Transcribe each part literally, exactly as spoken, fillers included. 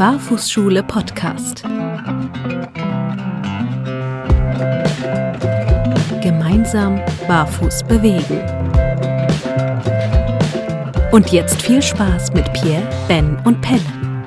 Barfußschule Podcast. Gemeinsam barfuß bewegen. Und jetzt viel Spaß mit Pierre, Ben und Pelle.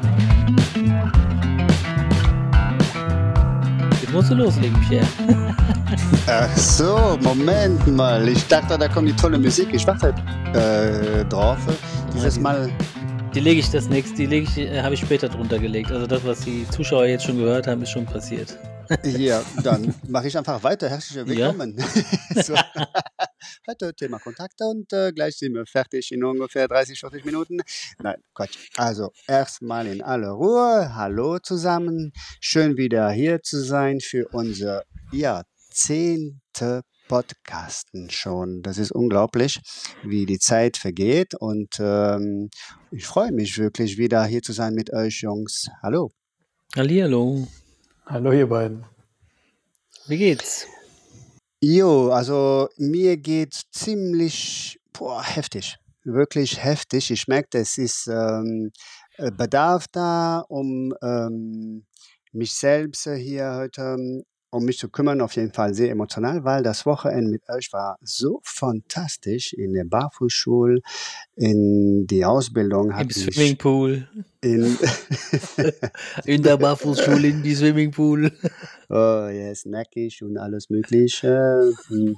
Jetzt musst du loslegen, Pierre. Ach so, Moment mal. Ich dachte, da kommt die tolle Musik. Ich warte äh, drauf. Dieses Mal. Die lege ich das nächste, die lege ich, äh, habe ich später drunter gelegt. Also das, was die Zuschauer jetzt schon gehört haben, ist schon passiert. Ja, dann mache ich einfach weiter. Herzlich willkommen. Ja. So. Heute Thema Kontakte und äh, gleich sind wir fertig in ungefähr dreißig, vierzig Minuten. Nein, Quatsch. Also erstmal in aller Ruhe. Hallo zusammen. Schön wieder hier zu sein für unser ja, zehnte Podcasten schon. Das ist unglaublich, wie die Zeit vergeht und ähm, ich freue mich wirklich wieder hier zu sein mit euch Jungs. Hallo. Hallihallo. Hallo ihr beiden. Wie geht's? Jo, also mir geht's ziemlich boah, heftig. Wirklich heftig. Ich merke, es ist ähm, Bedarf da, um ähm, mich selbst hier heute um mich zu kümmern, auf jeden Fall sehr emotional, weil das Wochenende mit euch war so fantastisch in der Barfußschule, in die Ausbildung. Im Swimmingpool. In, in der Barfußschule, in die Swimmingpool. Oh, yes, nackig und alles Mögliche. Hm.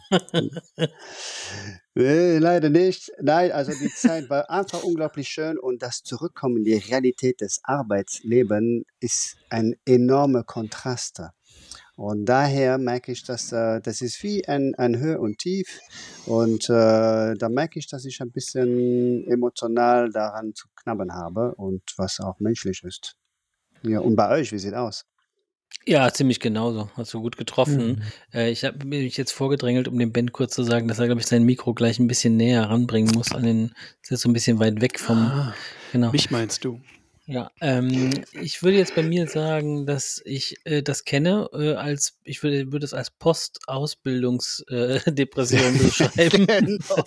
Nee, leider nicht. Nein, also die Zeit war einfach unglaublich schön und das Zurückkommen in die Realität des Arbeitslebens ist ein enormer Kontrast. Und daher merke ich, dass äh, das ist wie ein, ein Höhe und Tief. Und äh, da merke ich, dass ich ein bisschen emotional daran zu knabbern habe und was auch menschlich ist. Ja, und bei euch, wie sieht aus? Ja, ziemlich genauso. Hast du gut getroffen. Mhm. Äh, ich habe mich jetzt vorgedrängelt, um dem Ben kurz zu sagen, dass er, glaube ich, sein Mikro gleich ein bisschen näher ranbringen muss. An den, ist jetzt so ein bisschen weit weg vom. Ah, Genau. mich meinst du? Ja, ähm, ich würde jetzt bei mir sagen, dass ich äh, das kenne, äh, als ich würde, würde es als Post-Ausbildungs-Depression äh, beschreiben. Genau.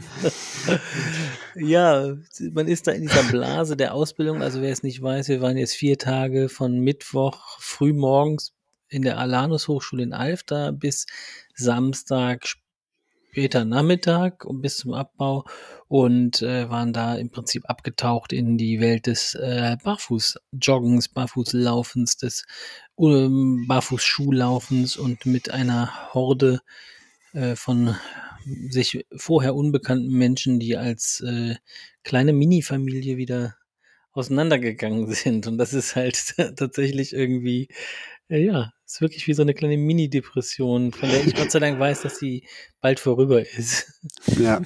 Ja, man ist da in dieser Blase der Ausbildung. Also wer es nicht weiß, wir waren jetzt vier Tage von Mittwoch frühmorgens in der Alanus Hochschule in Alfter bis Samstag später Nachmittag und bis zum Abbau und äh, waren da im Prinzip abgetaucht in die Welt des äh, Barfußjoggens, Barfußlaufens, des ähm, Barfußschuhlaufens und mit einer Horde äh, von sich vorher unbekannten Menschen, die als äh, kleine Mini-Familie wieder auseinandergegangen sind. Und das ist halt tatsächlich irgendwie, äh, ja, ist wirklich wie so eine kleine Mini-Depression, von der ich Gott sei Dank weiß, dass sie bald vorüber ist. Ja.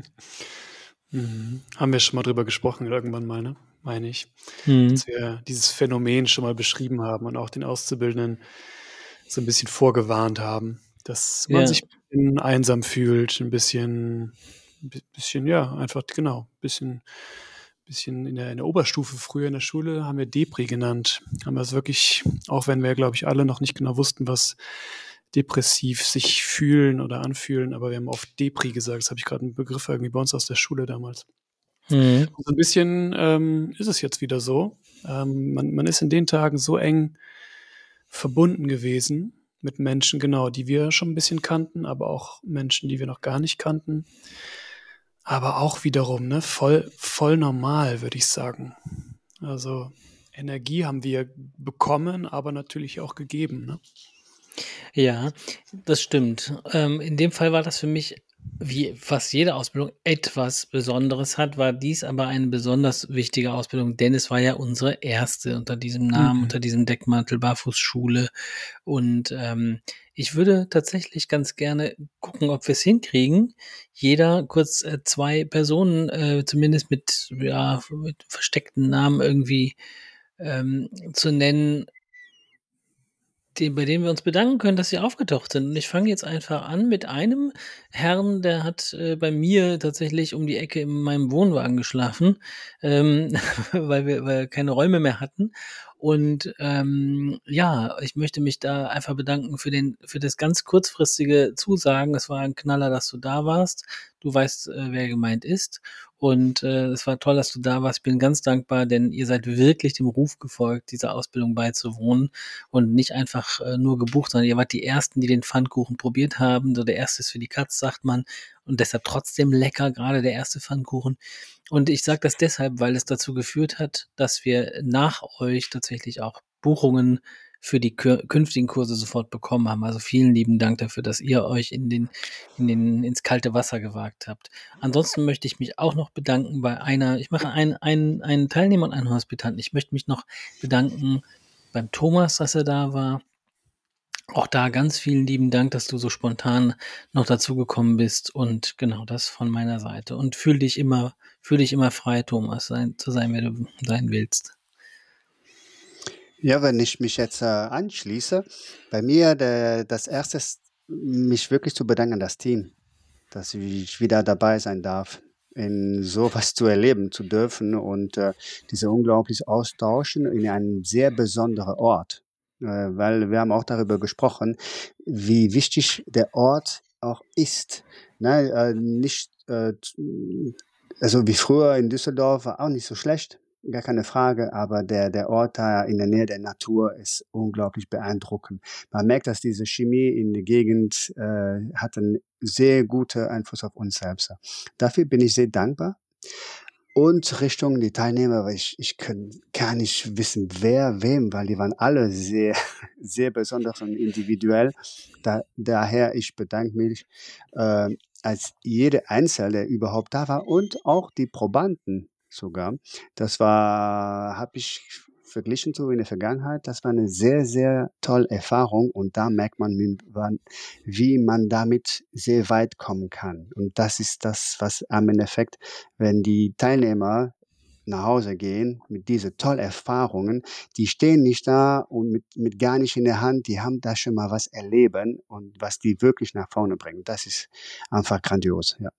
Mhm. Haben wir schon mal drüber gesprochen, irgendwann mal, ne? Meine ich. Mhm. Dass wir dieses Phänomen schon mal beschrieben haben und auch den Auszubildenden so ein bisschen vorgewarnt haben, dass man Ja. sich ein bisschen einsam fühlt, ein bisschen, ein bisschen, ja, einfach, genau, ein bisschen, bisschen in der, in der Oberstufe, früher in der Schule, haben wir Depri genannt. Haben wir es wirklich, auch wenn wir, glaube ich, alle noch nicht genau wussten, was depressiv sich fühlen oder anfühlen, aber wir haben oft Depri gesagt. Das habe ich gerade einen Begriff irgendwie bei uns aus der Schule damals. Mhm. Und so ein bisschen ähm, ist es jetzt wieder so. Ähm, man, man ist in den Tagen so eng verbunden gewesen mit Menschen, genau, die wir schon ein bisschen kannten, aber auch Menschen, die wir noch gar nicht kannten. Aber auch wiederum, ne, voll, voll normal, würde ich sagen. Also Energie haben wir bekommen, aber natürlich auch gegeben, ne? Ja, das stimmt. Ähm, in dem Fall war das für mich, wie fast jede Ausbildung etwas Besonderes hat, war dies aber eine besonders wichtige Ausbildung, denn es war ja unsere erste unter diesem Namen, Mhm. unter diesem Deckmantel Barfußschule. Und ähm, ich würde tatsächlich ganz gerne gucken, ob wir es hinkriegen, jeder kurz äh, zwei Personen, äh, zumindest mit, ja, mit versteckten Namen irgendwie ähm, zu nennen, die, bei denen wir uns bedanken können, dass sie aufgetaucht sind. Und ich fange jetzt einfach an mit einem Herrn, der hat äh, bei mir tatsächlich um die Ecke in meinem Wohnwagen geschlafen, ähm, weil wir weil wir keine Räume mehr hatten. Und ähm, ja, ich möchte mich da einfach bedanken für den für das ganz kurzfristige Zusagen. Es war ein Knaller, dass du da warst. Du weißt, äh, wer gemeint ist. Und äh, es war toll, dass du da warst. Ich bin ganz dankbar, denn ihr seid wirklich dem Ruf gefolgt, dieser Ausbildung beizuwohnen und nicht einfach äh, nur gebucht, sondern ihr wart die Ersten, die den Pfannkuchen probiert haben. So der erste ist für die Katz, sagt man. Und deshalb trotzdem lecker, gerade der erste Pfannkuchen. Und ich sage das deshalb, weil es dazu geführt hat, dass wir nach euch tatsächlich auch Buchungen für die kü- künftigen Kurse sofort bekommen haben. Also vielen lieben Dank dafür, dass ihr euch in den, in den, ins kalte Wasser gewagt habt. Ansonsten möchte ich mich auch noch bedanken bei einer, ich mache einen, einen, einen Teilnehmer und einen Hospitanten. Ich möchte mich noch bedanken beim Thomas, dass er da war. Auch da ganz vielen lieben Dank, dass du so spontan noch dazugekommen bist. Und genau das von meiner Seite. Und fühl dich immer, fühl dich immer frei, Thomas, sein, zu sein, wer du sein willst. Ja, wenn ich mich jetzt äh, anschließe, bei mir der, das erste ist, mich wirklich zu bedanken an das Team, dass ich wieder dabei sein darf, in sowas zu erleben zu dürfen und äh, diese unglaublich austauschen in einem sehr besonderen Ort. Äh, weil wir haben auch darüber gesprochen, wie wichtig der Ort auch ist. Ne? Äh, nicht, äh, also wie früher in Düsseldorf war auch nicht so schlecht, gar keine Frage, aber der, der Ort da in der Nähe der Natur ist unglaublich beeindruckend. Man merkt, dass diese Chemie in der Gegend äh, hat einen sehr guten Einfluss auf uns selbst. Dafür bin ich sehr dankbar. Und Richtung die Teilnehmer, weil ich, ich kann gar nicht wissen, wer wem, weil die waren alle sehr, sehr besonders und individuell. Da, daher, ich bedanke mich äh, als jede Einzelne, der überhaupt da war und auch die Probanden sogar. Das war, habe ich verglichen so in der Vergangenheit, das war eine sehr, sehr tolle Erfahrung und da merkt man, wie man, wie man damit sehr weit kommen kann. Und das ist das, was am Endeffekt, wenn die Teilnehmer nach Hause gehen mit diesen tollen Erfahrungen, die stehen nicht da und mit, mit gar nicht in der Hand, die haben da schon mal was erleben und was die wirklich nach vorne bringen. Das ist einfach grandios, ja.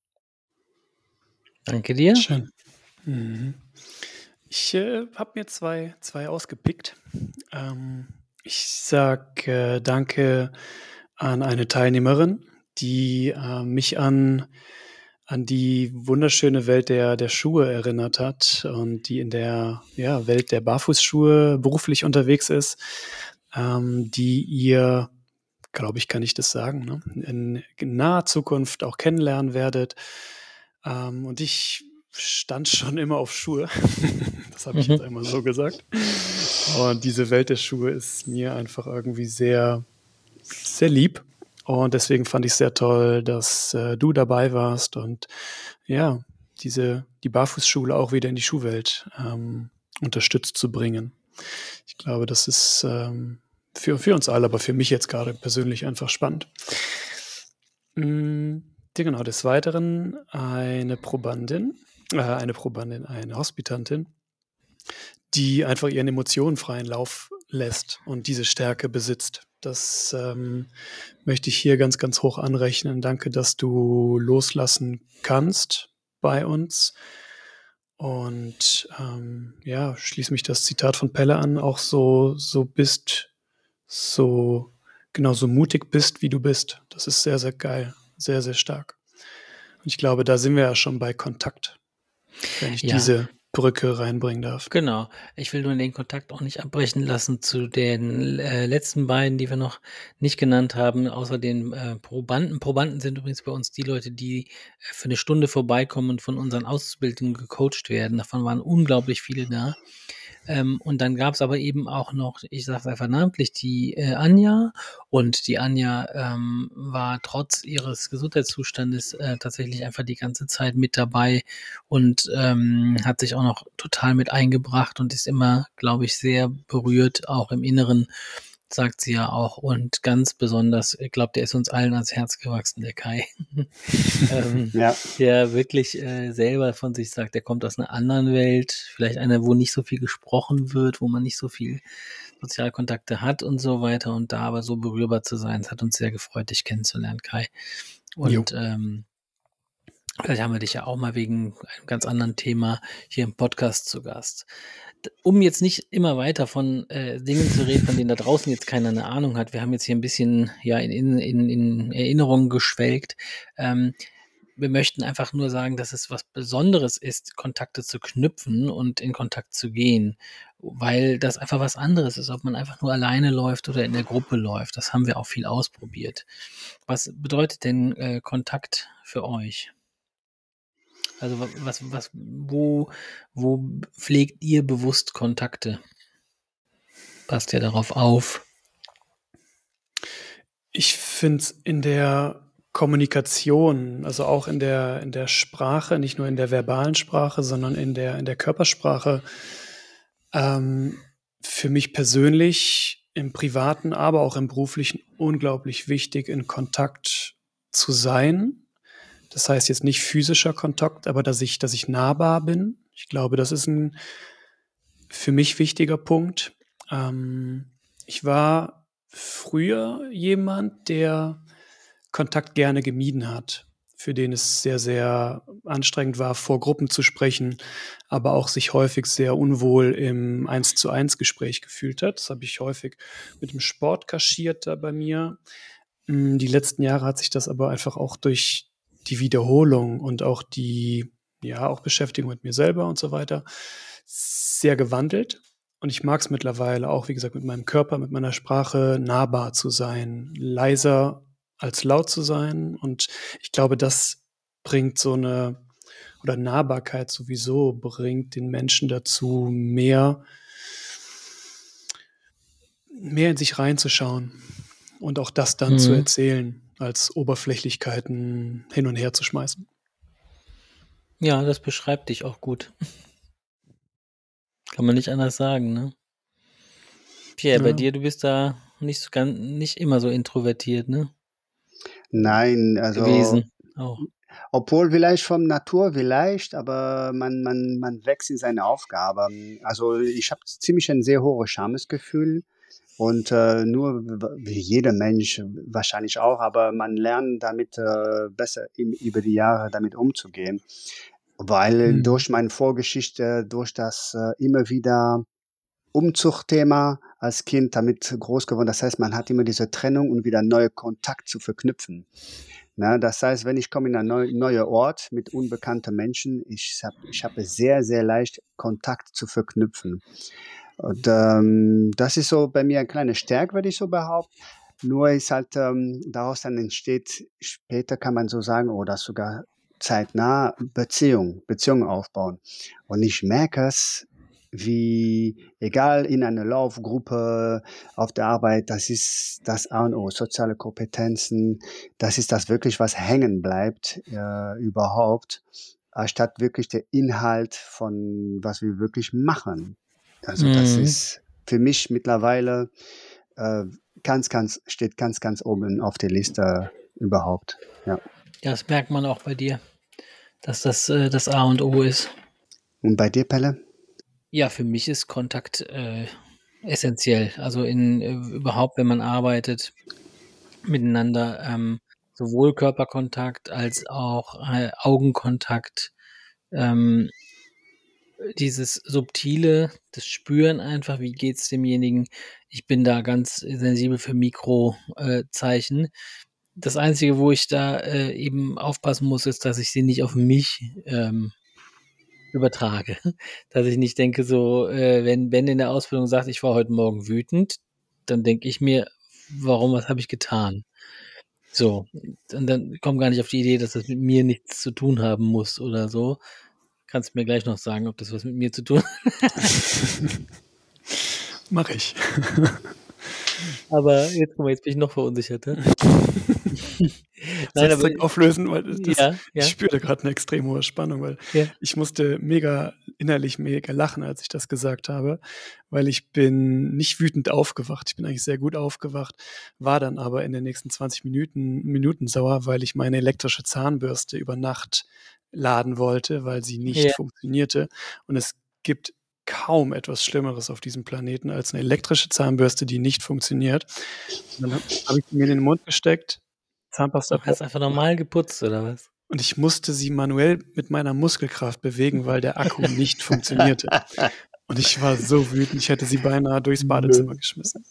Danke dir. Schön. Mhm. Ich äh, habe mir zwei, zwei ausgepickt. Ähm, ich sage äh, danke an eine Teilnehmerin, die äh, mich an, an die wunderschöne Welt der, der Schuhe erinnert hat und die in der ja, Welt der Barfußschuhe beruflich unterwegs ist, ähm, die ihr, glaube ich, kann ich das sagen, ne, in naher Zukunft auch kennenlernen werdet. Ähm, und ich stand schon immer auf Schuhe. Das habe ich jetzt Mhm. einmal so gesagt. Und diese Welt der Schuhe ist mir einfach irgendwie sehr, sehr lieb. Und deswegen fand ich es sehr toll, dass äh, du dabei warst und ja, diese, die Barfußschule auch wieder in die Schuhwelt ähm, unterstützt zu bringen. Ich glaube, das ist ähm, für, für uns alle, aber für mich jetzt gerade persönlich einfach spannend. Mm, ja, genau, des Weiteren eine Probandin, äh, eine Probandin, eine Hospitantin, die einfach ihren Emotionen freien Lauf lässt und diese Stärke besitzt. Das ähm, möchte ich hier ganz, ganz hoch anrechnen. Danke, dass du loslassen kannst bei uns. Und ähm, ja, schließe mich das Zitat von Pelle an, auch so, so bist, so, genau, so mutig bist, wie du bist. Das ist sehr, sehr geil, sehr, sehr stark. Und ich glaube, da sind wir ja schon bei Kontakt, wenn ich Ja. diese Brücke reinbringen darf. Genau. Ich will nur den Kontakt auch nicht abbrechen lassen zu den äh, letzten beiden, die wir noch nicht genannt haben, außer den äh, Probanden. Probanden sind übrigens bei uns die Leute, die äh, für eine Stunde vorbeikommen und von unseren Auszubildenden gecoacht werden. Davon waren unglaublich viele da. Ähm, und dann gab es aber eben auch noch, ich sage es einfach namentlich, die äh, Anja. Und die Anja ähm, war trotz ihres Gesundheitszustandes äh, tatsächlich einfach die ganze Zeit mit dabei und ähm, hat sich auch noch total mit eingebracht und ist immer, glaube ich, sehr berührt, auch im Inneren, sagt sie ja auch. Und ganz besonders, ich glaube, der ist uns allen ans Herz gewachsen, der Kai. ähm, Ja. Der wirklich äh, selber von sich sagt, der kommt aus einer anderen Welt, vielleicht einer, wo nicht so viel gesprochen wird, wo man nicht so viel Sozialkontakte hat und so weiter. Und da aber so berührbar zu sein, es hat uns sehr gefreut, dich kennenzulernen, Kai. Und ähm, vielleicht haben wir dich ja auch mal wegen einem ganz anderen Thema hier im Podcast zu Gast. Um jetzt nicht immer weiter von äh, Dingen zu reden, von denen da draußen jetzt keiner eine Ahnung hat, wir haben jetzt hier ein bisschen ja in, in, in Erinnerungen geschwelgt. Ähm, wir möchten einfach nur sagen, dass es was Besonderes ist, Kontakte zu knüpfen und in Kontakt zu gehen, weil das einfach was anderes ist, ob man einfach nur alleine läuft oder in der Gruppe läuft. Das haben wir auch viel ausprobiert. Was bedeutet denn äh, Kontakt für euch? Also wa- was, was, wo, wo pflegt ihr bewusst Kontakte? Passt ihr darauf auf? Ich finde es in der Kommunikation, also auch in der, in der Sprache, nicht nur in der verbalen Sprache, sondern in der, in der Körpersprache, ähm, für mich persönlich im Privaten, aber auch im Beruflichen unglaublich wichtig, in Kontakt zu sein. Das heißt jetzt nicht physischer Kontakt, aber dass ich, dass ich nahbar bin. Ich glaube, das ist ein für mich wichtiger Punkt. Ähm, ich war früher jemand, der Kontakt gerne gemieden hat, für den es sehr, sehr anstrengend war, vor Gruppen zu sprechen, aber auch sich häufig sehr unwohl im eins zu eins Gespräch gefühlt hat. Das habe ich häufig mit dem Sport kaschiert da bei mir. Mm, Die letzten Jahre hat sich das aber einfach auch durch die Wiederholung und auch die, ja, auch Beschäftigung mit mir selber und so weiter sehr gewandelt. Und ich mag es mittlerweile auch, wie gesagt, mit meinem Körper, mit meiner Sprache nahbar zu sein, leiser als laut zu sein. Und ich glaube, das bringt so eine, oder Nahbarkeit sowieso, bringt den Menschen dazu, mehr, mehr in sich reinzuschauen und auch das dann zu Mhm. erzählen, als Oberflächlichkeiten hin und her zu schmeißen. Ja, das beschreibt dich auch gut. Kann man nicht anders sagen, ne? Pierre, bei Ja. dir, du bist da nicht so ganz, nicht immer so introvertiert, ne? Nein, also Gewesen auch. obwohl vielleicht vom Natur vielleicht, aber man, man, man wächst in seine Aufgaben. Also ich habe ziemlich ein sehr hohes Schamesgefühl und äh, nur w- wie jeder Mensch wahrscheinlich auch, aber man lernt damit äh, besser im, über die Jahre damit umzugehen, weil Mhm. durch meine Vorgeschichte, durch das äh, immer wieder Umzuchtthema als Kind damit groß geworden. Das heißt, man hat immer diese Trennung und wieder neue Kontakt zu verknüpfen. Na, das heißt, wenn ich komme in einen neu, neuen Ort mit unbekannten Menschen, ich habe ich hab es sehr, sehr leicht, Kontakt zu verknüpfen. Und ähm, das ist so bei mir eine kleine Stärke, würde ich so behaupten. Nur ist halt ähm, daraus dann entsteht, später kann man so sagen, oder sogar zeitnah Beziehung, Beziehung aufbauen. Und ich merke es, wie, egal in einer Laufgruppe, auf der Arbeit, das ist das A und O, soziale Kompetenzen, das ist das wirklich, was hängen bleibt äh, überhaupt, anstatt wirklich der Inhalt von, was wir wirklich machen. Also das Mhm. ist für mich mittlerweile äh, ganz, ganz, steht ganz, ganz oben auf der Liste überhaupt. Ja. Ja, das merkt man auch bei dir, dass das äh, das A und O ist. Und bei dir, Pelle? Ja, für mich ist Kontakt äh, essentiell. Also in äh, überhaupt, wenn man arbeitet miteinander, ähm, sowohl Körperkontakt als auch äh, Augenkontakt, ähm, dieses subtile, das Spüren einfach, wie geht's demjenigen. Ich bin da ganz sensibel für Mikrozeichen. Äh, Zeichen. Das Einzige, wo ich da äh, eben aufpassen muss, ist, dass ich sie nicht auf mich ähm, übertrage. Dass ich nicht denke, so, äh, wenn Ben in der Ausbildung sagt, ich war heute Morgen wütend, dann denke ich mir, warum, was habe ich getan? So, und dann komm gar nicht auf die Idee, dass das mit mir nichts zu tun haben muss oder so. Kannst mir gleich noch sagen, ob das was mit mir zu tun hat. Mach ich. Aber jetzt, guck mal, jetzt bin ich noch verunsicherter. Soll Nein, ich aber direkt auflösen? Weil das, das, ja, ich ja, spüre da gerade eine extrem hohe Spannung, weil ja. ich musste mega innerlich mega lachen, als ich das gesagt habe, weil ich bin nicht wütend aufgewacht. Ich bin eigentlich sehr gut aufgewacht, war dann aber in den nächsten zwanzig Minuten, Minuten sauer, weil ich meine elektrische Zahnbürste über Nacht laden wollte, weil sie nicht Ja. funktionierte. Und es gibt kaum etwas Schlimmeres auf diesem Planeten als eine elektrische Zahnbürste, die nicht funktioniert. Und dann habe hab ich sie mir in den Mund gesteckt, Zahnpasta Du hast einfach normal geputzt, oder was? und ich musste sie manuell mit meiner Muskelkraft bewegen, weil der Akku nicht funktionierte. Und ich war so wütend, ich hätte sie beinahe durchs Badezimmer geschmissen.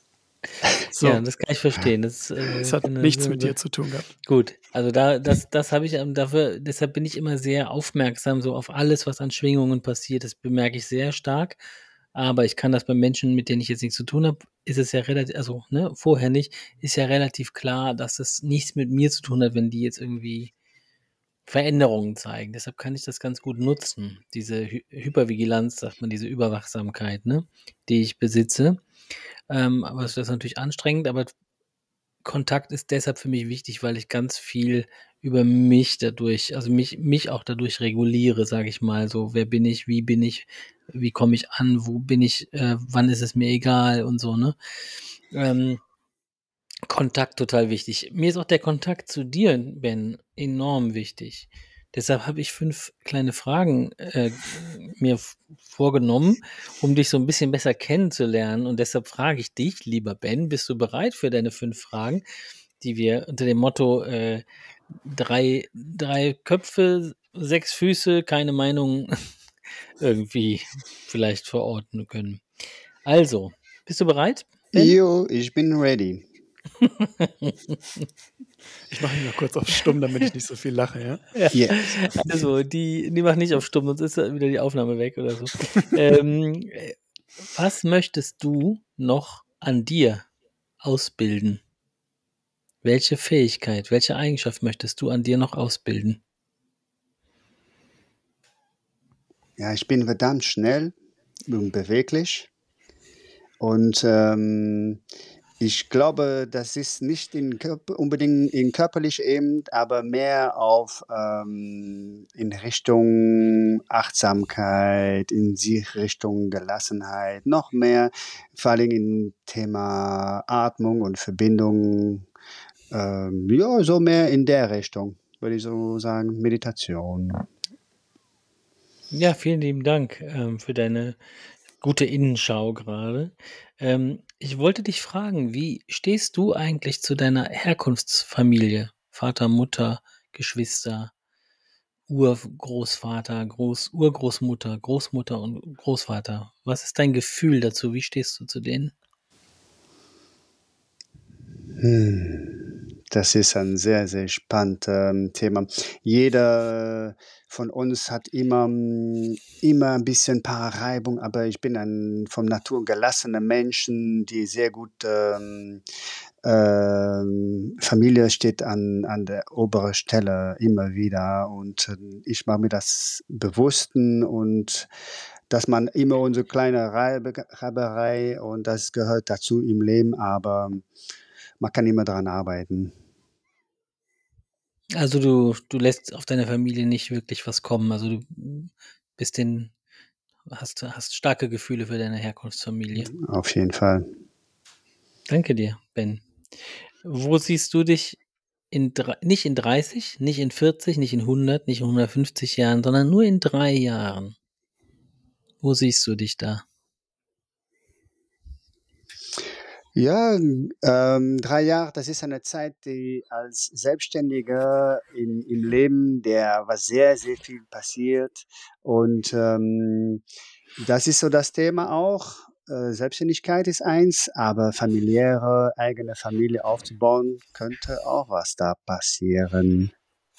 So. Ja, das kann ich verstehen. Das, äh, Das hat bin da nichts so- mit dir zu tun gehabt. Gut, also da, das, das habe ich ähm, dafür, deshalb bin ich immer sehr aufmerksam, so auf alles, was an Schwingungen passiert. Das bemerke ich sehr stark. Aber ich kann das bei Menschen, mit denen ich jetzt nichts zu tun habe, ist es ja relativ, also ne, vorher nicht, ist ja relativ klar, dass es nichts mit mir zu tun hat, wenn die jetzt irgendwie Veränderungen zeigen. Deshalb kann ich das ganz gut nutzen, diese Hy Hypervigilanz, sagt man, diese Überwachsamkeit, ne, die ich besitze. Ähm, aber das ist natürlich anstrengend, aber Kontakt ist deshalb für mich wichtig, weil ich ganz viel über mich dadurch, also mich, mich auch dadurch reguliere, sage ich mal. So, wer bin ich, wie bin ich, wie komme ich an, wo bin ich, äh, wann ist es mir egal und so, ne? Ähm, Kontakt total wichtig. Mir ist auch der Kontakt zu dir, Ben, enorm wichtig. Deshalb habe ich fünf kleine Fragen äh, mir f- vorgenommen, um dich so ein bisschen besser kennenzulernen. Und deshalb frage ich dich, lieber Ben, bist du bereit für deine fünf Fragen, die wir unter dem Motto äh, drei, drei Köpfe, sechs Füße, keine Meinung irgendwie vielleicht verorten können? Also, bist du bereit, Ben? Jo, ich bin ready. Ich mache mich mal kurz auf stumm, damit ich nicht so viel lache, ja? Ja. Yes. Also, die, die macht nicht auf stumm, sonst ist wieder die Aufnahme weg oder so. ähm, äh, was möchtest du noch an dir ausbilden? Welche Fähigkeit, welche Eigenschaft möchtest du an dir noch ausbilden? Ja, ich bin verdammt schnell und beweglich. Und ähm, ich glaube, das ist nicht in Körper, unbedingt in körperlicher Ebene, aber mehr auf ähm, in Richtung Achtsamkeit, in die Richtung Gelassenheit, noch mehr, vor allem im Thema Atmung und Verbindung. Ähm, ja, so mehr in der Richtung, würde ich so sagen, Meditation. Ja, vielen lieben Dank ähm, für deine gute Innenschau gerade. Ähm, ich wollte dich fragen, wie stehst du eigentlich zu deiner Herkunftsfamilie? Vater, Mutter, Geschwister, Urgroßvater, Groß, Urgroßmutter, Großmutter und Großvater. Was ist dein Gefühl dazu? Wie stehst du zu denen? Hm, das ist ein sehr, sehr spannendes ähm, Thema. Jeder von uns hat immer, hm, immer ein bisschen paar Reibung, aber ich bin ein von Natur gelassener Menschen, die sehr gut ähm, ähm, Familie steht an, an der oberen Stelle immer wieder und äh, ich mache mir das bewussten und dass man immer unsere kleine Reibe, Reiberei und das gehört dazu im Leben, aber man kann immer daran arbeiten. Also du, du lässt auf deine Familie nicht wirklich was kommen. Also du bist den, hast, hast starke Gefühle für deine Herkunftsfamilie. Auf jeden Fall. Danke dir, Ben. Wo siehst du dich in drei, nicht in dreißig, nicht in vierzig, nicht in hundert, nicht in hundertfünfzig Jahren, sondern nur in drei Jahren? Wo siehst du dich da? Ja, ähm, drei Jahre, das ist eine Zeit, die als Selbstständiger in, im Leben, der was sehr, sehr viel passiert. Und ähm, das ist so das Thema auch. Äh, Selbstständigkeit ist eins, aber familiäre, eigene Familie aufzubauen, könnte auch was da passieren.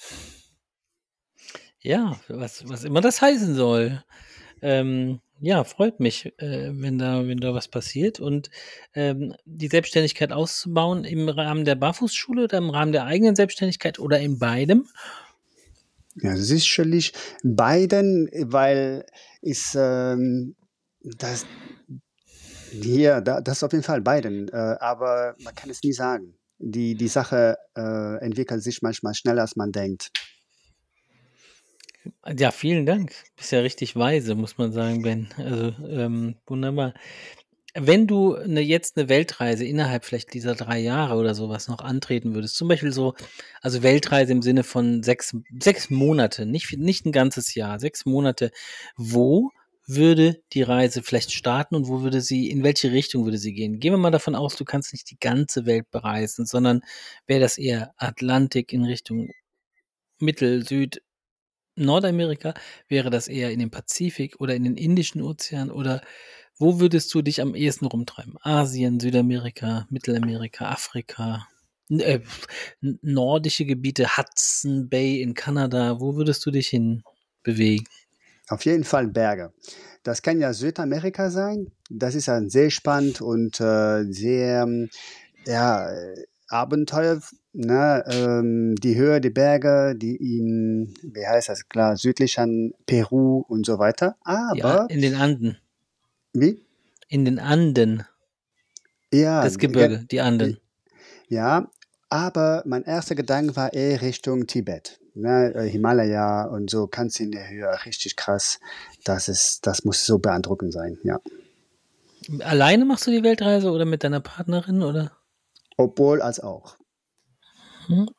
Ja, was, was immer das heißen soll. Ähm, ja, freut mich, äh, wenn da, wenn da was passiert. Und ähm, die Selbstständigkeit auszubauen im Rahmen der Barfußschule oder im Rahmen der eigenen Selbstständigkeit oder in beidem? Ja, sicherlich beiden, weil ist ähm, das ja, da, das auf jeden Fall beiden, äh, aber man kann es nie sagen. Die, die Sache äh, entwickelt sich manchmal schneller, als man denkt. Ja, vielen Dank. Bist ja richtig weise, muss man sagen, Ben. Also ähm, wunderbar. Wenn du eine, jetzt eine Weltreise innerhalb vielleicht dieser drei Jahre oder sowas noch antreten würdest, zum Beispiel so, also Weltreise im Sinne von sechs, sechs Monate, nicht, nicht ein ganzes Jahr, sechs Monate, wo würde die Reise vielleicht starten und wo würde sie, in welche Richtung würde sie gehen? Gehen wir mal davon aus, du kannst nicht die ganze Welt bereisen, sondern wäre das eher Atlantik in Richtung Mittel, Süd, Nordamerika? Wäre das eher in den Pazifik oder in den Indischen Ozean oder Wo würdest du dich am ehesten rumtreiben? Asien, Südamerika, Mittelamerika, Afrika, n- äh, n- nordische Gebiete, Hudson Bay in Kanada. Wo würdest du dich hin bewegen? Auf jeden Fall Berge. Das kann ja Südamerika sein. Das ist dann sehr spannend und äh, sehr, ähm, ja, äh, Abenteuer. Ne? Ähm, die Höhe der Berge, die in, wie heißt das, klar, südlich an Peru und so weiter. Die A- Aber, in den Anden. wie? In den Anden. Ja, Das d- ge- Gebirge, die Anden. ja, aber mein erster Gedanke war eher Richtung Tibet. Ne? äh, Himalaya und so, ganz in der Höhe, richtig krass. Das ist, das muss so beeindruckend sein, ja. Alleine machst du die Weltreise oder mit deiner Partnerin oder? Obwohl als auch. Hm?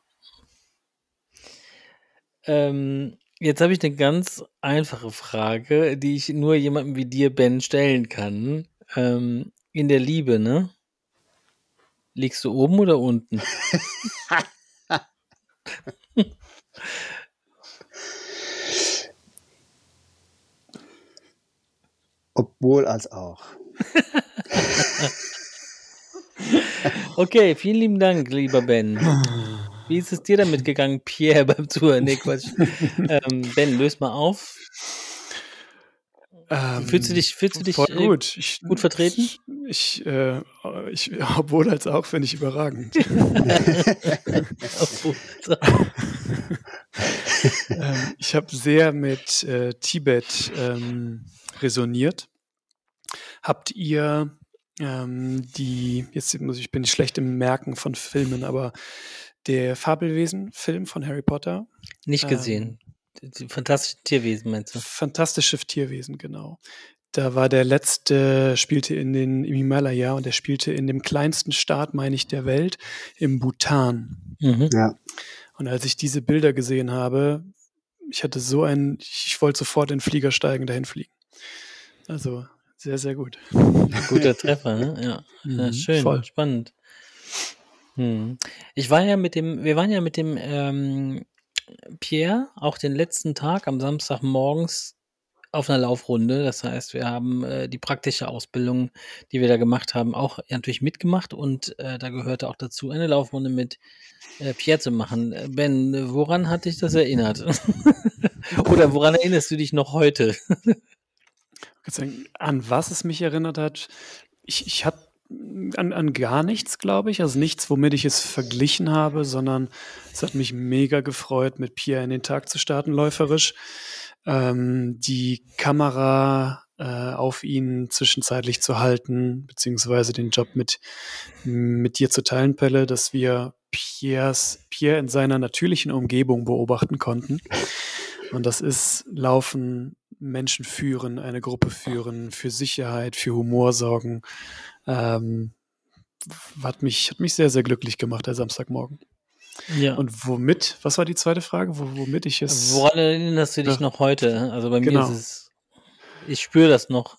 Ähm, jetzt habe ich eine ganz einfache Frage, die ich nur jemandem wie dir, Ben, stellen kann. Ähm, in der Liebe, ne? Liegst du oben oder unten? Obwohl als auch. Okay, vielen lieben Dank, lieber Ben. Wie ist es dir damit gegangen, Pierre, beim Zuhören? Nee, Quatsch. ähm, Ben, löst mal auf. Ähm, Fühlst du dich, fühlst du dich voll äh, gut. Ich, gut vertreten? Ich, äh, ich, obwohl als auch, finde ich überragend. Obwohl, so. ähm, ich habe sehr mit äh, Tibet ähm, resoniert. Habt ihr ähm, die, jetzt muss ich, bin ich schlecht im Merken von Filmen, aber der Fabelwesen-Film von Harry Potter? Nicht Ähm, gesehen. Die fantastischen Tierwesen, meinst du? Fantastische Tierwesen, genau. Da war der letzte, spielte in den, im Himalaya und der spielte in dem kleinsten Staat, meine ich, der Welt, im Bhutan. Mhm. Ja. Und als ich diese Bilder gesehen habe, ich hatte so ein, ich wollte sofort in den Flieger steigen, dahin fliegen. Also sehr, sehr gut. Guter Treffer, ne? Ja, ja Mhm, schön, voll. spannend. Hm. Ich war ja mit dem, wir waren ja mit dem ähm, Pierre auch den letzten Tag am Samstagmorgens auf einer Laufrunde. Das heißt, wir haben äh, die praktische Ausbildung, die wir da gemacht haben, auch natürlich mitgemacht und äh, da gehörte auch dazu, eine Laufrunde mit äh, Pierre zu machen. Äh, Ben, woran hat dich das erinnert? Oder woran erinnerst du dich noch heute? An was es mich erinnert hat, ich, ich habe an, an gar nichts, glaube ich. Also nichts, womit ich es verglichen habe, sondern es hat mich mega gefreut, mit Pierre in den Tag zu starten, läuferisch. Ähm, die Kamera äh, auf ihn zwischenzeitlich zu halten, beziehungsweise den Job mit, mit dir zu teilen, Pelle, dass wir Piers, Pierre in seiner natürlichen Umgebung beobachten konnten. Und das ist Laufen, Menschen führen, eine Gruppe führen, für Sicherheit, für Humor sorgen. Ähm, hat, mich, hat mich sehr, sehr glücklich gemacht, der Samstagmorgen. Ja. Und womit, was war die zweite Frage, Wo, womit ich es... Woran erinnerst du dich Ja. noch heute? Also bei Genau. mir ist es, ich spüre das noch.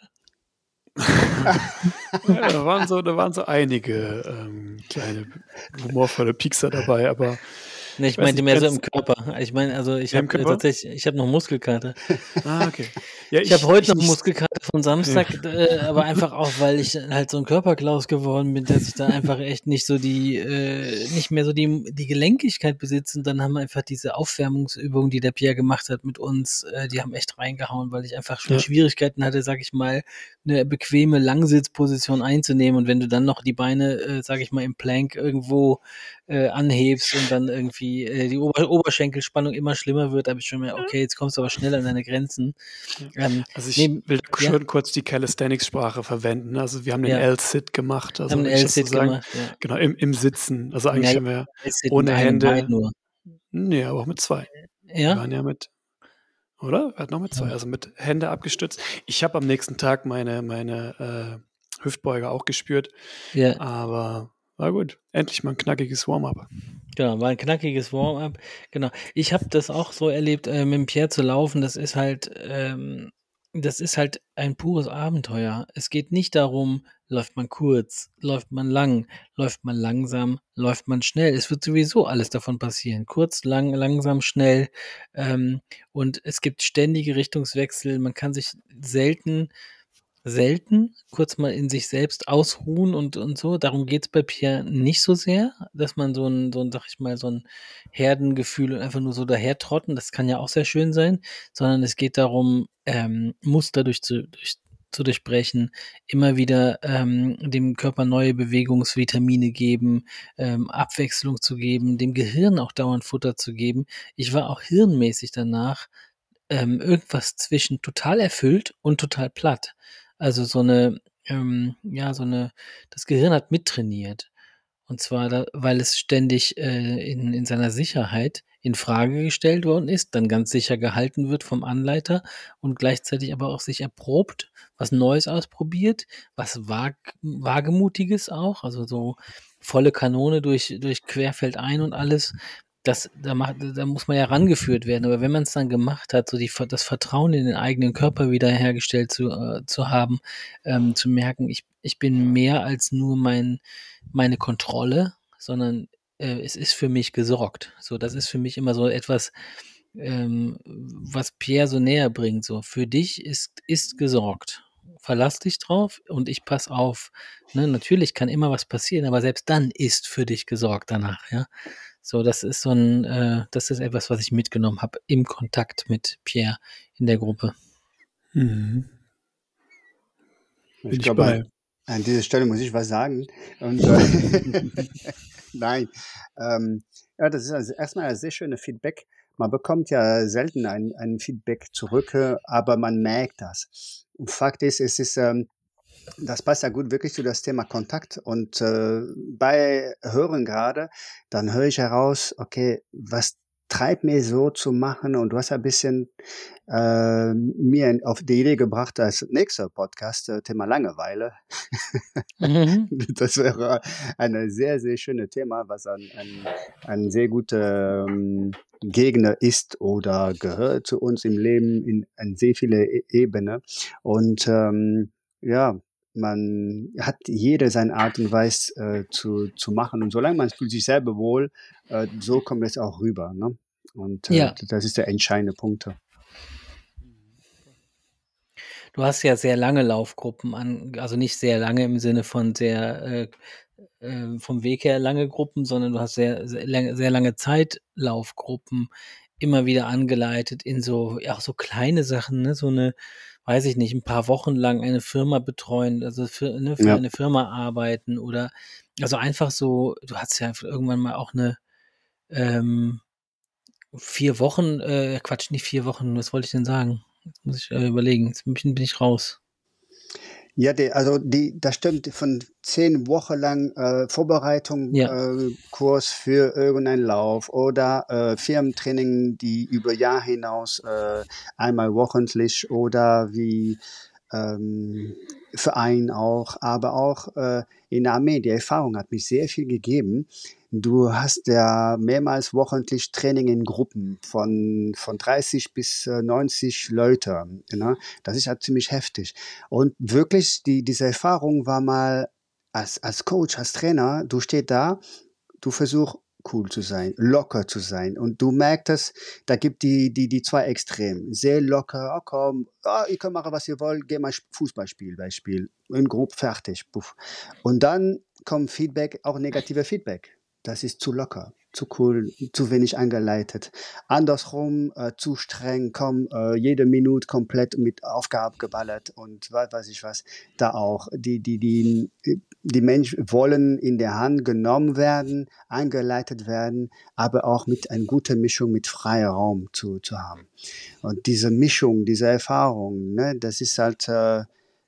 Ja, da waren so, da waren so einige ähm, kleine humorvolle Piekser dabei, aber Ne, ich weiß meinte nicht, mehr so Ben's- im Körper. Ich meine, also ich Mehr im habe äh, Körper? tatsächlich, ich habe noch Muskelkater. Ah, okay. Ja, Ich habe heute noch nicht- Muskelkater von Samstag, äh, aber einfach auch, weil ich halt so ein Körperklaus geworden bin, dass ich da einfach echt nicht so die, äh, nicht mehr so die, die Gelenkigkeit besitze. Und dann haben wir einfach diese Aufwärmungsübungen, die der Pierre gemacht hat mit uns, äh, die haben echt reingehauen, weil ich einfach schon Ja. Schwierigkeiten hatte, sag ich mal, eine bequeme Langsitzposition einzunehmen. Und wenn du dann noch die Beine, äh, sag ich mal, im Plank irgendwo äh, anhebst und dann irgendwie äh, die Ober Oberschenkelspannung immer schlimmer wird, habe ich schon mal, okay, jetzt kommst du aber schnell an deine Grenzen. Ähm, Also ich nee, will ja. schon kurz die Calisthenics-Sprache verwenden. Also wir haben den Ja. L-Sit gemacht. Also haben einen wenn ich das so L-Sit sagen- gemacht, ja. Genau, im, im Sitzen. Also eigentlich Ja, haben wir L-Sit ohne mit einem Bein Hände. nur. Nee, aber auch mit zwei. Wir Ja? waren ja mit, oder? Wir hatten auch mit zwei. Ja. Also mit Hände abgestützt. Ich habe am nächsten Tag meine, meine äh, Hüftbeuger auch gespürt. Ja, Aber war gut. Endlich mal ein knackiges Warm-up. genau, war ein knackiges Warm-up. Genau. Ich habe das auch so erlebt, äh, mit dem Pierre zu laufen. Das ist halt, ähm, das ist halt ein pures Abenteuer. Es geht nicht darum, läuft man kurz, läuft man lang, läuft man langsam, läuft man schnell. Es wird sowieso alles davon passieren. Kurz, lang, langsam, schnell. Ähm, und es gibt ständige Richtungswechsel. Man kann sich selten selten kurz mal in sich selbst ausruhen und, und so. Darum geht's bei Pierre nicht so sehr, dass man so ein, so ein, sag ich mal, so ein Herdengefühl und einfach nur so dahertrotten, das kann ja auch sehr schön sein, sondern es geht darum, ähm, Muster durch zu, durch, zu durchbrechen, immer wieder ähm, dem Körper neue Bewegungsvitamine geben, ähm, Abwechslung zu geben, dem Gehirn auch dauernd Futter zu geben. Ich war auch hirnmäßig danach ähm, irgendwas zwischen total erfüllt und total platt. Also so eine, ähm, ja, so eine, das Gehirn hat mittrainiert. Und zwar, da, weil es ständig äh, in, in seiner Sicherheit in Frage gestellt worden ist, dann ganz sicher gehalten wird vom Anleiter und gleichzeitig aber auch sich erprobt, was Neues ausprobiert, was Wag, Wagemutiges auch, also so volle Kanone durch, durch Querfeld ein und alles. Das, da, macht, da muss man ja rangeführt werden. Aber wenn man es dann gemacht hat, so die, das Vertrauen in den eigenen Körper wiederhergestellt zu, äh, zu haben, ähm, zu merken, ich, ich bin mehr als nur mein, meine Kontrolle, sondern äh, es ist für mich gesorgt. So, das ist für mich immer so etwas, ähm, was Pierre so näher bringt. So, für dich ist, ist gesorgt. Verlass dich drauf und ich pass auf. Ne? Natürlich kann immer was passieren, aber selbst dann ist für dich gesorgt danach, ja. So, das ist so ein, äh, das ist etwas, was ich mitgenommen habe im Kontakt mit Pierre in der Gruppe. Mhm. Bin Ich ich glaube, bei. an, an dieser Stelle muss ich was sagen. Und, äh, nein, ähm, ja, das ist also erstmal ein sehr schönes Feedback. Man bekommt ja selten ein, ein Feedback zurück, äh, aber man merkt das. Und Fakt ist, es ist, ähm, das passt ja gut wirklich zu das Thema Kontakt. Und äh, bei Hören gerade, dann höre ich heraus, okay, was treibt mir so zu machen? Und du hast ein bisschen äh, mir auf die Idee gebracht, als nächster Podcast äh, Thema Langeweile. Mhm. Das wäre ein sehr, sehr schönes Thema, was ein, ein, ein sehr guter ähm, Gegner ist oder gehört zu uns im Leben in, in sehr viele E- Ebenen. Und ähm, ja, man hat jede seine Art und Weise äh, zu, zu machen. Und solange man fühlt sich selber wohl, äh, so kommt es auch rüber. Ne? Und äh, Ja, das ist der entscheidende Punkt. du hast ja sehr lange Laufgruppen an, also nicht sehr lange im Sinne von sehr äh, äh, vom Weg her lange Gruppen, sondern du hast sehr, sehr, lange, sehr lange Zeit Laufgruppen immer wieder angeleitet in so, ja, auch so kleine Sachen, ne, so eine, weiß ich nicht, ein paar Wochen lang eine Firma betreuen, also für, ne, für Ja. eine Firma arbeiten oder, also einfach so, du hast ja irgendwann mal auch eine, ähm, vier Wochen, äh, Quatsch, nicht vier Wochen, was wollte ich denn sagen? Jetzt muss ich äh, überlegen, jetzt bin ich, bin ich raus. Ja, die, also die, das stimmt, von zehn Wochen lang äh, Vorbereitung, Ja. äh, Kurs für irgendeinen Lauf oder äh, Firmentraining, die über Jahr hinaus äh, einmal wochentlich oder wie ähm, Verein auch, aber auch äh, in der Armee. Die Erfahrung hat mich sehr viel gegeben. Du hast ja mehrmals wochentlich Training in Gruppen von, von dreißig bis äh, neunzig Leute. Ne? Das ist ja ziemlich heftig. Und wirklich, die, diese Erfahrung war mal als, als Coach, als Trainer, du stehst da, du versuchst cool zu sein, locker zu sein. Und du merkst es, da gibt die, die, die zwei Extreme. Sehr locker, oh komm, oh, ihr könnt machen, was ihr wollt, geh mal Fußballspiel, Beispiel. In grob fertig. Puff. Und dann kommt Feedback, auch negative Feedback. Das ist zu locker, zu cool, zu wenig angeleitet. Andersrum, äh, zu streng, komm, äh, jede Minute komplett mit Aufgaben geballert und was weiß ich was. Da auch. Die, die, die, die Menschen wollen in der Hand genommen werden, angeleitet werden, aber auch mit einer guten Mischung mit freier Raum zu, zu haben. Und diese Mischung, diese Erfahrung, ne, das ist halt, äh,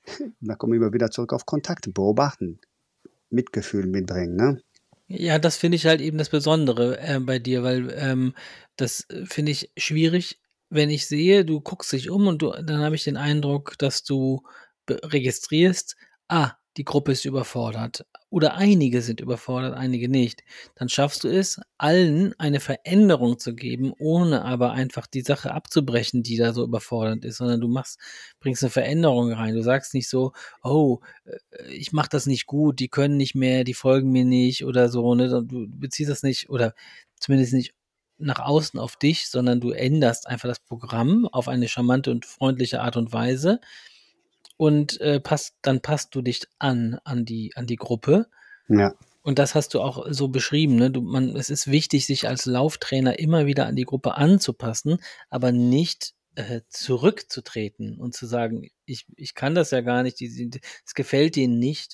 da kommen wir immer wieder zurück auf Kontakt, beobachten, Mitgefühl mitbringen, ne? Ja, das finde ich halt eben das Besondere äh, bei dir, weil ähm, das äh, finde ich schwierig, wenn ich sehe, du guckst dich um und du, dann habe ich den Eindruck, dass du be- registrierst, ah, die Gruppe ist überfordert oder einige sind überfordert, einige nicht. Dann schaffst du es, allen eine Veränderung zu geben, ohne aber einfach die Sache abzubrechen, die da so überfordernd ist, sondern du machst, bringst eine Veränderung rein. Du sagst nicht so, oh, äh, ich mache das nicht gut, die können nicht mehr, die folgen mir nicht oder so, ne? Du beziehst das nicht oder zumindest nicht nach außen auf dich, sondern du änderst einfach das Programm auf eine charmante und freundliche Art und Weise und äh, passt, dann passt du dich an, an die, an die Gruppe. Ja. Und das hast du auch so beschrieben, ne? Du, man, es ist wichtig, sich als Lauftrainer immer wieder an die Gruppe anzupassen, aber nicht äh, zurückzutreten und zu sagen, ich, ich kann das ja gar nicht, es gefällt denen nicht.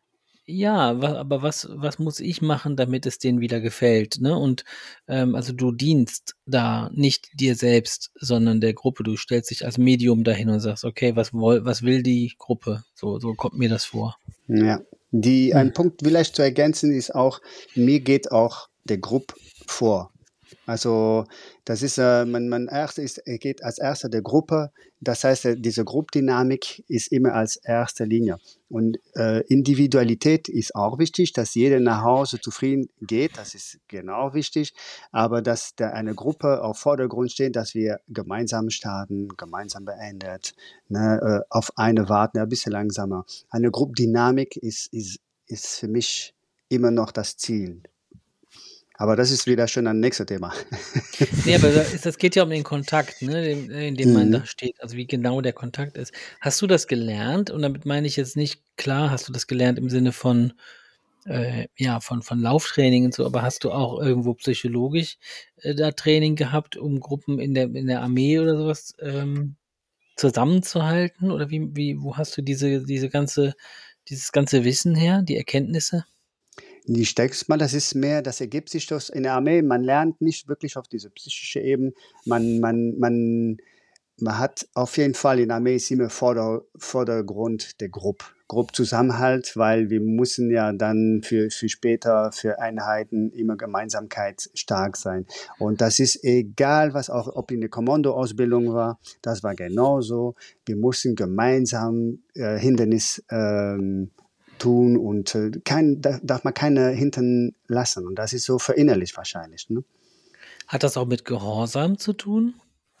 Ja, wa, aber was, was muss ich machen, damit es denen wieder gefällt, ne? Und ähm, also du dienst da nicht dir selbst, sondern der Gruppe. Du stellst dich als Medium dahin und sagst, okay, was, woll, was will die Gruppe? So, so kommt mir das vor. Ja, die, Hm. ein Punkt vielleicht zu ergänzen ist auch, mir geht auch der Grupp vor. Also das ist, äh, man, man erst ist, er geht als erster der Gruppe. Das heißt, äh, diese Gruppdynamik ist immer als erste Linie. Und äh, Individualität ist auch wichtig, dass jeder nach Hause zufrieden geht. Das ist genau wichtig. Aber dass da eine Gruppe auf Vordergrund steht, dass wir gemeinsam starten, gemeinsam beendet, ne, äh, auf eine warten, ein bisschen langsamer. Eine Gruppdynamik ist, ist, ist für mich immer noch das Ziel. Aber das ist wieder schon ein nächstes Thema. Nee, aber das geht ja um den Kontakt, ne, in dem man Mhm. da steht, also wie genau der Kontakt ist. Hast du das gelernt? Und damit meine ich jetzt nicht, klar hast du das gelernt im Sinne von, äh, ja, von, von Lauftraining und so, aber hast du auch irgendwo psychologisch äh, da Training gehabt, um Gruppen in der, in der Armee oder sowas ähm, zusammenzuhalten? Oder wie, wie, wo hast du diese, diese ganze, dieses ganze Wissen her, die Erkenntnisse? Ich denke mal, das ist mehr, das ergibt sich das in der Armee. Man lernt nicht wirklich auf diese psychische Ebene. Man, man, man, man hat auf jeden Fall in der Armee ist immer Vorder, Vordergrund der Gruppe. Gruppzusammenhalt, weil wir müssen ja dann für, für später, für Einheiten immer Gemeinsamkeit stark sein. Und das ist egal, was auch, ob in der Kommandoausbildung war, das war genauso. Wir mussten gemeinsam äh, Hindernis ähm, tun und äh, kein, da darf man keine hinten lassen. Und das ist so verinnerlicht wahrscheinlich. Ne? Hat das auch mit Gehorsam zu tun?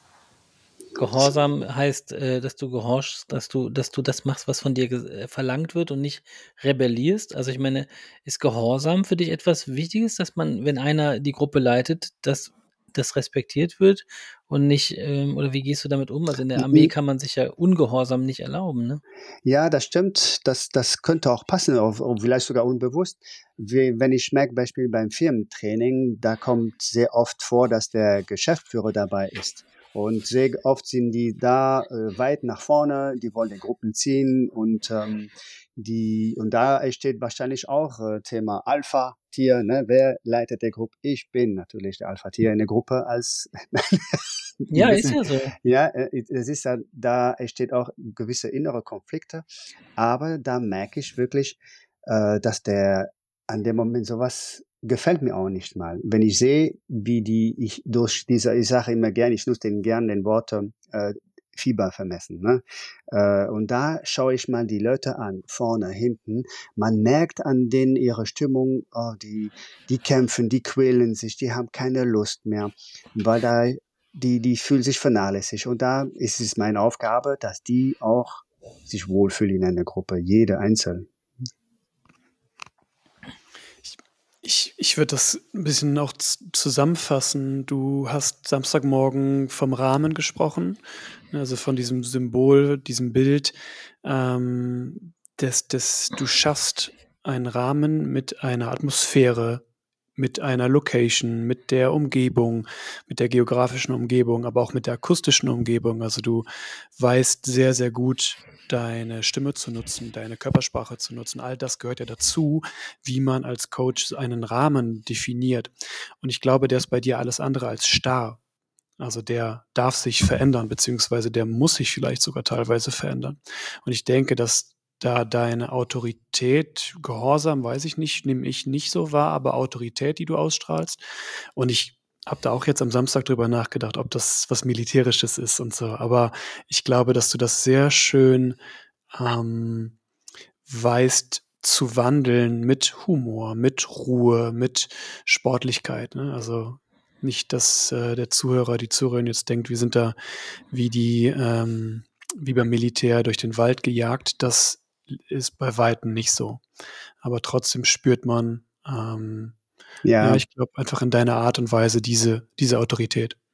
Gehorsam heißt, äh, dass du gehorchst, dass du, dass du das machst, was von dir ge- äh, verlangt wird und nicht rebellierst. Also ich meine, ist Gehorsam für dich etwas Wichtiges, dass man, wenn einer die Gruppe leitet, dass das respektiert wird und nicht, ähm, oder wie gehst du damit um? Also in der Armee kann man sich ja Ungehorsam nicht erlauben, ne? Ja, das stimmt. Das, das könnte auch passen, auf, auf vielleicht sogar unbewusst. Wie, wenn ich merke, Beispiel beim Firmentraining, da kommt sehr oft vor, dass der Geschäftsführer dabei ist. Und sehr oft sind die da äh, weit nach vorne, die wollen die Gruppen ziehen und ähm, die und da steht wahrscheinlich auch äh, Thema Alpha-Tier, ne? Wer leitet der Gruppe? Ich bin natürlich der Alpha-Tier in der Gruppe als Ja, ein ist bisschen, ja so. ja, äh, es ist ja, da entsteht auch gewisse innere Konflikte, aber da merke ich wirklich, äh, dass der an dem Moment sowas gefällt mir auch nicht mal. Wenn ich sehe, wie die, ich durch diese, ich sage immer gerne, ich nutze den gern den Wort äh, Fieber vermessen. Ne? Äh, und da schaue ich mal die Leute an, vorne, hinten. Man merkt an denen ihre Stimmung, oh, die, die kämpfen, die quälen sich, die haben keine Lust mehr, weil da die, die fühlen sich vernachlässigt. Und da ist es meine Aufgabe, dass die auch sich wohlfühlen in einer Gruppe, jede einzeln. Ich, ich würde das ein bisschen auch zusammenfassen. Du hast Samstagmorgen vom Rahmen gesprochen, also von diesem Symbol, diesem Bild, ähm, dass, dass du schaffst einen Rahmen mit einer Atmosphäre, mit einer Location, mit der Umgebung, mit der geografischen Umgebung, aber auch mit der akustischen Umgebung. Also du weißt sehr, sehr gut, deine Stimme zu nutzen, deine Körpersprache zu nutzen. All das gehört ja dazu, wie man als Coach einen Rahmen definiert. Und ich glaube, der ist bei dir alles andere als starr. Also der darf sich verändern, beziehungsweise der muss sich vielleicht sogar teilweise verändern. Und ich denke, dass da deine Autorität, Gehorsam, weiß ich nicht, nehme ich nicht so wahr, aber Autorität, die du ausstrahlst. Und ich habe da auch jetzt am Samstag drüber nachgedacht, ob das was Militärisches ist und so. Aber ich glaube, dass du das sehr schön ähm, weißt zu wandeln mit Humor, mit Ruhe, mit Sportlichkeit. Ne? Also nicht, dass äh, der Zuhörer, die Zuhörerin jetzt denkt, wir sind da wie die, ähm, wie beim Militär durch den Wald gejagt. Das ist bei Weitem nicht so. Aber trotzdem spürt man, ähm, ja, Ja, ich glaube einfach in deiner Art und Weise diese, diese Autorität.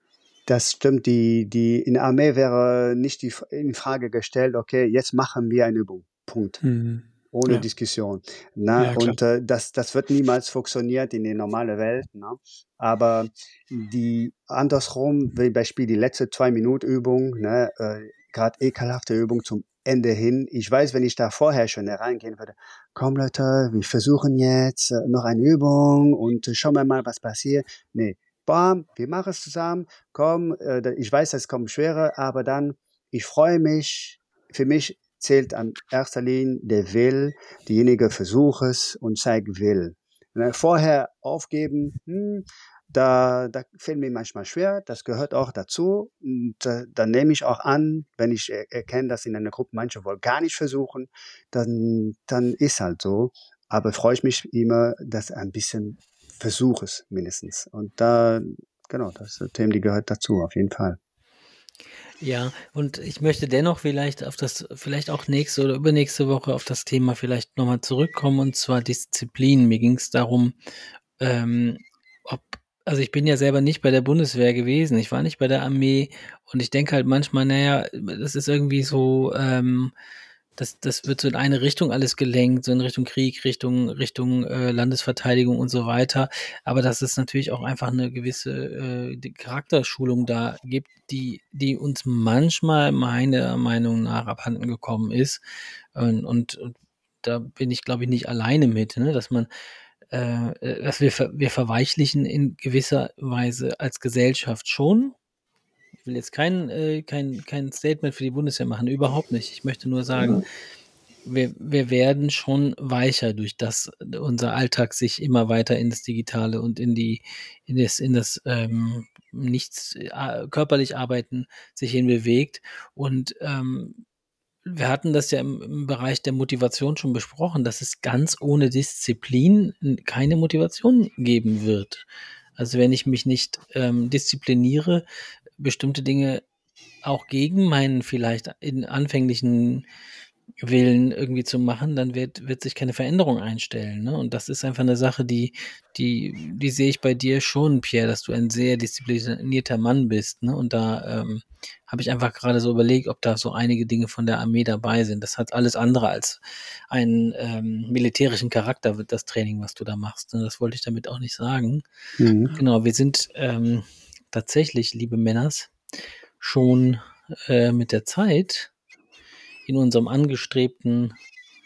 Das stimmt, die, die in der Armee wäre nicht die F- in Frage gestellt, okay, jetzt machen wir eine Übung. Punkt. Mhm. Ohne Ja. Diskussion. Ne? Ja, klar. Und äh, das, das wird niemals funktionieren in der normalen Welt. Ne? Aber die andersrum, wie Beispiel die letzte zwei Minuten Übung, ne? äh, gerade ekelhafte Übung zum Ende hin. Ich weiß, wenn ich da vorher schon reingehen würde, komm Leute, wir versuchen jetzt äh, noch eine Übung und äh, schauen wir mal, was passiert. Nee, bam, wir machen es zusammen. Komm, äh, da- ich weiß, es kommt schwerer, aber dann, ich freue mich. Für mich zählt an erster Linie der Will, diejenige versucht es und zeigt Will. Ne, Vorher aufgeben, hm, da, da fällt mir manchmal schwer, das gehört auch dazu. Und äh, dann nehme ich auch an, wenn ich er erkenne, dass in einer Gruppe manche wohl gar nicht versuchen, dann, dann ist halt so. Aber freue ich mich immer, dass ein bisschen Versuch ist, mindestens. Und da, genau, das ist ein Thema, die gehört dazu, auf jeden Fall. Ja, und ich möchte dennoch vielleicht auf das, vielleicht auch nächste oder übernächste Woche auf das Thema vielleicht nochmal zurückkommen, und zwar Disziplin. Mir ging es darum, ähm, ob, also ich bin ja selber nicht bei der Bundeswehr gewesen, ich war nicht bei der Armee, und ich denke halt manchmal, naja, das ist irgendwie so, ähm, das, das wird so in eine Richtung alles gelenkt, so in Richtung Krieg, Richtung, Richtung äh, Landesverteidigung und so weiter. Aber dass es natürlich auch einfach eine gewisse äh, die Charakterschulung da gibt, die, die uns manchmal meiner Meinung nach abhanden gekommen ist. Und, und, und da bin ich, glaube ich, nicht alleine mit, ne? Dass man, äh, äh, dass wir, ver wir verweichlichen in gewisser Weise als Gesellschaft schon. Ich will jetzt kein, äh, kein, kein Statement für die Bundeswehr machen, überhaupt nicht. Ich möchte nur sagen, wir, wir werden schon weicher durch das unser Alltag sich immer weiter in das Digitale und in die, in das, in das ähm, nichts äh, körperlich Arbeiten sich hin bewegt. Und ähm, wir hatten das ja im, im Bereich der Motivation schon besprochen, dass es ganz ohne Disziplin n- keine Motivation geben wird. Also wenn ich mich nicht ähm, diszipliniere, bestimmte Dinge auch gegen meinen vielleicht in anfänglichen Willen irgendwie zu machen, dann wird, wird sich keine Veränderung einstellen. Ne? Und das ist einfach eine Sache, die, die, die sehe ich bei dir schon, Pierre, dass du ein sehr disziplinierter Mann bist. Ne? Und da ähm, habe ich einfach gerade so überlegt, ob da so einige Dinge von der Armee dabei sind. Das hat alles andere als einen ähm, militärischen Charakter, wird das Training, was du da machst. Ne? Das wollte ich damit auch nicht sagen. Mhm. Genau, wir sind ähm, tatsächlich, liebe Männers, schon äh, mit der Zeit in unserem angestrebten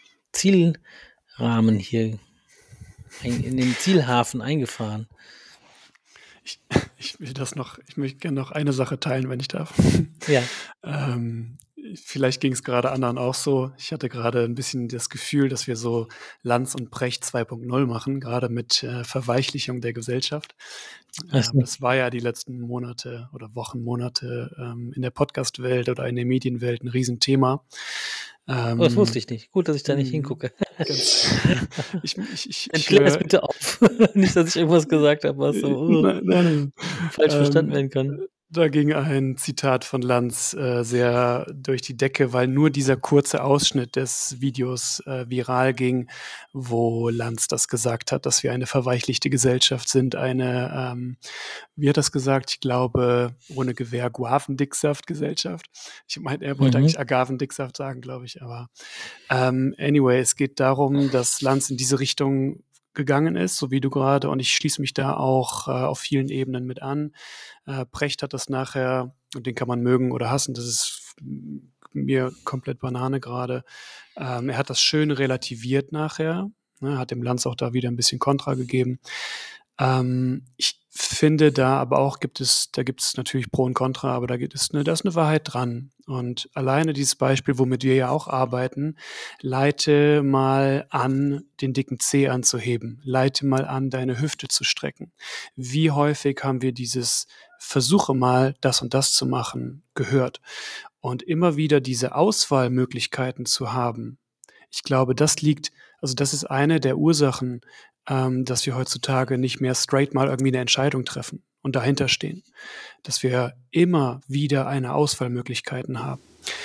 Zielrahmen hier ein, in den Zielhafen eingefahren. Ich, ich will das noch, ich möchte gerne noch eine Sache teilen, wenn ich darf. Ja. ähm, vielleicht ging es gerade anderen auch so. Ich hatte gerade ein bisschen das Gefühl, dass wir so Lanz und Precht zwei Punkt null machen, gerade mit äh, Verweichlichung der Gesellschaft. Also, Ähm, das war ja die letzten Monate oder Wochen, Monate ähm, in der Podcast-Welt oder in der Medienwelt ein Riesenthema. Ähm, oh, das wusste ich nicht. Gut, dass ich da nicht mh, hingucke. Ganz, ich, ich, ich, ich Entklär es höre, bitte auf. Nicht, dass ich irgendwas gesagt habe, was so uh, nein, nein, nein. falsch verstanden Ähm, werden kann. Da ging ein Zitat von Lanz äh, sehr durch die Decke, weil nur dieser kurze Ausschnitt des Videos äh, viral ging, wo Lanz das gesagt hat, dass wir eine verweichlichte Gesellschaft sind, eine, ähm, wie hat das gesagt? Ich glaube, ohne Gewehr Guavendicksaft-Gesellschaft. Ich meine, er wollte Mhm. eigentlich Agavendicksaft sagen, glaube ich, aber ähm, anyway, es geht darum, dass Lanz in diese Richtung gegangen ist, so wie du gerade, und ich schließe mich da auch äh, auf vielen Ebenen mit an. Äh, Precht hat das nachher, und den kann man mögen oder hassen, das ist m- mir komplett Banane gerade. Ähm, er hat das schön relativiert nachher, ne, hat dem Lanz auch da wieder ein bisschen Kontra gegeben. Ähm, ich finde da aber auch gibt es, da gibt es natürlich Pro und Contra, aber da gibt es eine, da ist eine Wahrheit dran. Und alleine dieses Beispiel, womit wir ja auch arbeiten, leite mal an, den dicken Zeh anzuheben, leite mal an, deine Hüfte zu strecken. Wie häufig haben wir dieses Versuche mal, das und das zu machen, gehört? Und immer wieder diese Auswahlmöglichkeiten zu haben, ich glaube, das liegt, also das ist eine der Ursachen, ähm, dass wir heutzutage nicht mehr straight mal irgendwie eine Entscheidung treffen und dahinter stehen. Dass wir immer wieder eine Auswahlmöglichkeiten haben.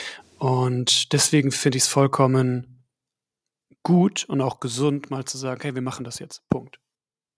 Und deswegen finde ich es vollkommen gut und auch gesund, mal zu sagen, hey, wir machen das jetzt. Punkt.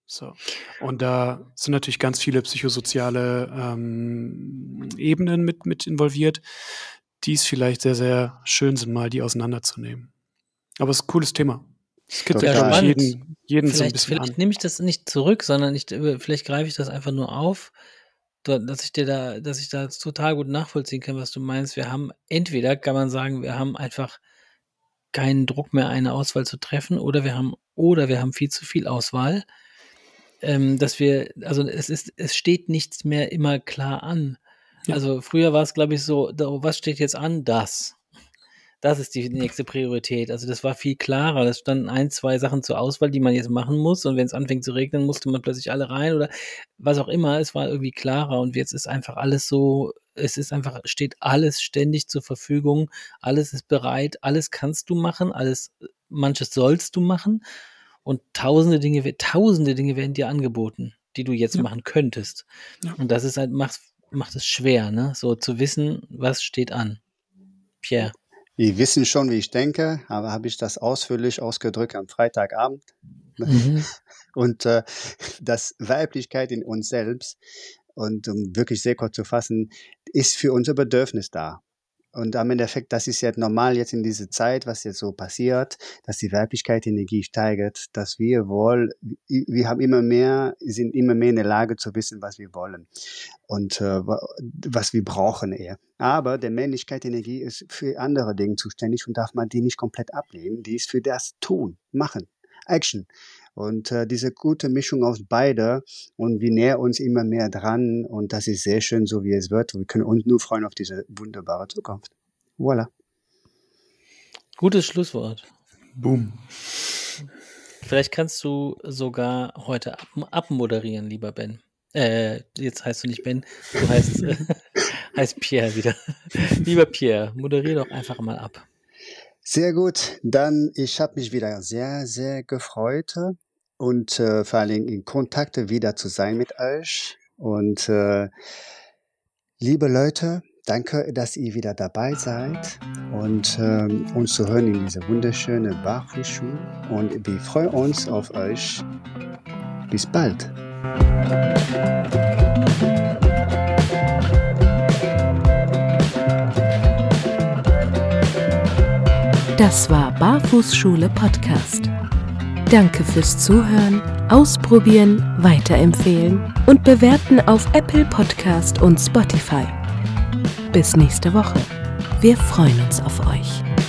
So. Und da sind natürlich ganz viele psychosoziale ähm, Ebenen mit, mit involviert, die es vielleicht sehr, sehr schön sind, mal die auseinanderzunehmen. Aber es ist ein cooles Thema. Es kitzelt, Total. glaube ich, Ja, jeden, jeden so ein Vielleicht, bisschen vielleicht an. nehme ich das nicht zurück, sondern ich, vielleicht greife ich das einfach nur auf, da- dass ich dir da, dass ich da total gut nachvollziehen kann, was du meinst. Wir haben entweder, kann man sagen, wir haben einfach keinen Druck mehr, eine Auswahl zu treffen, oder wir haben, oder wir haben viel zu viel Auswahl, ähm, dass wir, also es ist, es steht nichts mehr immer klar an. Ja. Also früher war es, glaube ich, so, da, was steht jetzt an? Das. Das ist die nächste Priorität. Also das war viel klarer. Es standen ein, zwei Sachen zur Auswahl, die man jetzt machen muss. Und wenn es anfängt zu regnen, musste man plötzlich alle rein oder was auch immer. Es war irgendwie klarer. Und jetzt ist einfach alles so, es ist einfach, steht alles ständig zur Verfügung. Alles ist bereit. Alles kannst du machen. Alles, manches sollst du machen. Und tausende Dinge, tausende Dinge werden dir angeboten, die du jetzt Ja. machen könntest. Ja. Und das ist halt, macht, macht es schwer, ne? So zu wissen, was steht an. Pierre. Die wissen schon, wie ich denke, aber habe ich das ausführlich ausgedrückt am Freitagabend. Mhm. Und äh, das Weiblichkeit in uns selbst, und um wirklich sehr kurz zu fassen, ist für unser Bedürfnis da. Und am Endeffekt, das ist ja normal jetzt in dieser Zeit, was jetzt so passiert, dass die Weiblichkeit, die Energie steigert, dass wir wohl, wir haben immer mehr, sind immer mehr in der Lage zu wissen, was wir wollen und äh, was wir brauchen eher. Aber der Männlichkeit-Energie ist für andere Dinge zuständig und darf man die nicht komplett ablehnen. Die ist für das Tun, Machen, Action. Und äh, diese gute Mischung aus beide, und wir nähern uns immer mehr dran, und das ist sehr schön, so wie es wird. Wir können uns nur freuen auf diese wunderbare Zukunft. Voilà. Gutes Schlusswort. Boom. Vielleicht kannst du sogar heute ab, abmoderieren, lieber Ben. Äh, jetzt heißt du nicht Ben, du heißt, äh, heißt Pierre wieder. Lieber Pierre, moderier doch einfach mal ab. Sehr gut. Dann, ich habe mich wieder sehr, sehr gefreut und äh, vor allem in Kontakt wieder zu sein mit euch. Und äh, liebe Leute, danke, dass ihr wieder dabei seid und ähm, uns zu hören in dieser wunderschönen Barfußschuh. Und wir freuen uns auf euch. Bis bald. Das war Barfußschule Podcast. Danke fürs Zuhören, Ausprobieren, Weiterempfehlen und Bewerten auf Apple Podcast und Spotify. Bis nächste Woche. Wir freuen uns auf euch.